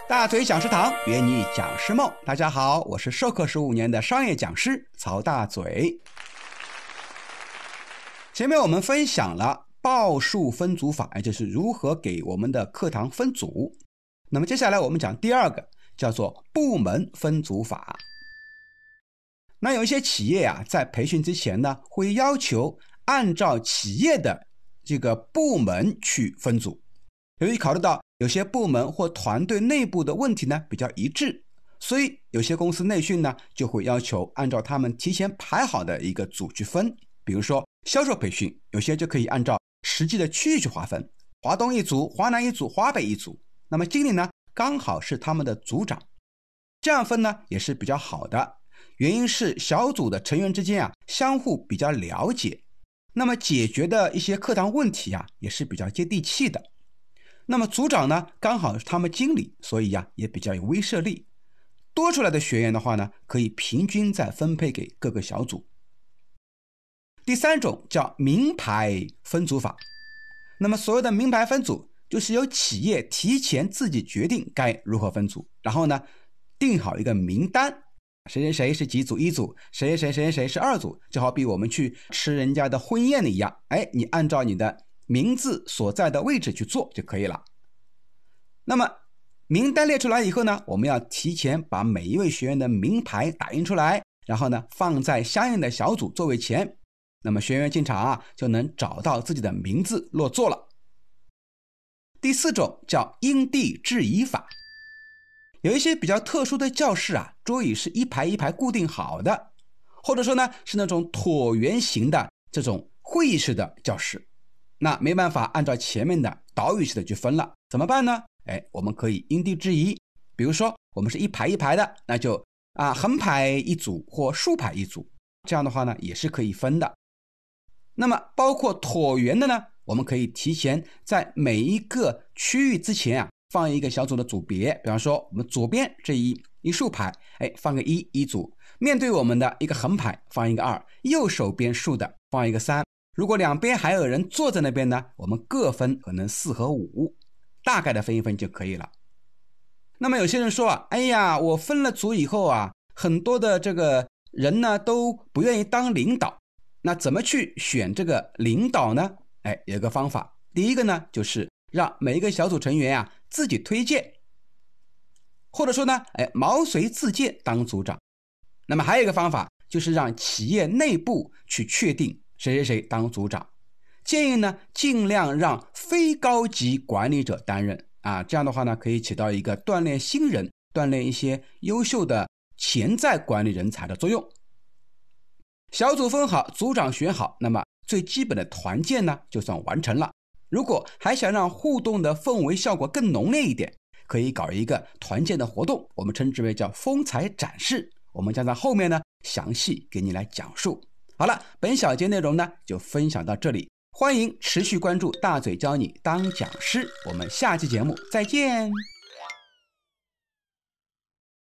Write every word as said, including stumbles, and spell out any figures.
大嘴讲师堂约你讲师梦，大家好，我是授课十五年的商业讲师曹大嘴。前面我们分享了报数分组法，也就是如何给我们的课堂分组。那么接下来我们讲第二个，叫做部门分组法。那有一些企业啊，在培训之前呢，会要求按照企业的这个部门去分组。由于考虑到有些部门或团队内部的问题呢比较一致，所以有些公司内训呢就会要求按照他们提前排好的一个组去分。比如说销售培训，有些就可以按照实际的区域去划分，华东一组，华南一组，华北一组。那么经理呢刚好是他们的组长，这样分呢也是比较好的。原因是小组的成员之间啊相互比较了解，那么解决的一些课堂问题啊也是比较接地气的。那么组长呢刚好是他们经理，所以呀、啊、也比较有威慑力。多出来的学员的话呢，可以平均再分配给各个小组。第三种叫名牌分组法。那么所谓的名牌分组，就是由企业提前自己决定该如何分组，然后呢定好一个名单，谁谁谁是几组一组，谁谁谁谁谁是二组，就好比我们去吃人家的婚宴一样，哎，你按照你的名字所在的位置去做就可以了。那么名单列出来以后呢，我们要提前把每一位学员的名牌打印出来，然后呢放在相应的小组座位前，那么学员进场啊就能找到自己的名字落座了。第四种叫因地制宜法。有一些比较特殊的教室啊，桌椅是一排一排固定好的，或者说呢是那种椭圆形的这种会议室的教室，那没办法按照前面的岛屿式的去分了，怎么办呢？哎，我们可以因地制宜。比如说我们是一排一排的，那就啊横排一组或竖排一组，这样的话呢也是可以分的。那么包括椭圆的呢，我们可以提前在每一个区域之前啊放一个小组的组别，比方说我们左边这一一竖排，哎，放个一一组，面对我们的一个横排放一个二，右手边竖的放一个三。如果两边还有人坐在那边呢，我们各分可能四和五，大概的分一分就可以了。那么有些人说啊，哎呀，我分了组以后啊，很多的这个人呢都不愿意当领导，那怎么去选这个领导呢？哎，有个方法。第一个呢，就是让每一个小组成员啊自己推荐，或者说呢，哎，毛遂自荐当组长。那么还有一个方法，就是让企业内部去确定谁谁谁当组长。建议呢，尽量让非高级管理者担任啊，这样的话呢，可以起到一个锻炼新人、锻炼一些优秀的潜在管理人才的作用。小组分好，组长选好，那么最基本的团建呢就算完成了。如果还想让互动的氛围效果更浓烈一点，可以搞一个团建的活动，我们称之为叫风采展示，我们将在后面呢详细给你来讲述。好了，本小节内容呢就分享到这里，欢迎持续关注大嘴教你当讲师，我们下期节目再见。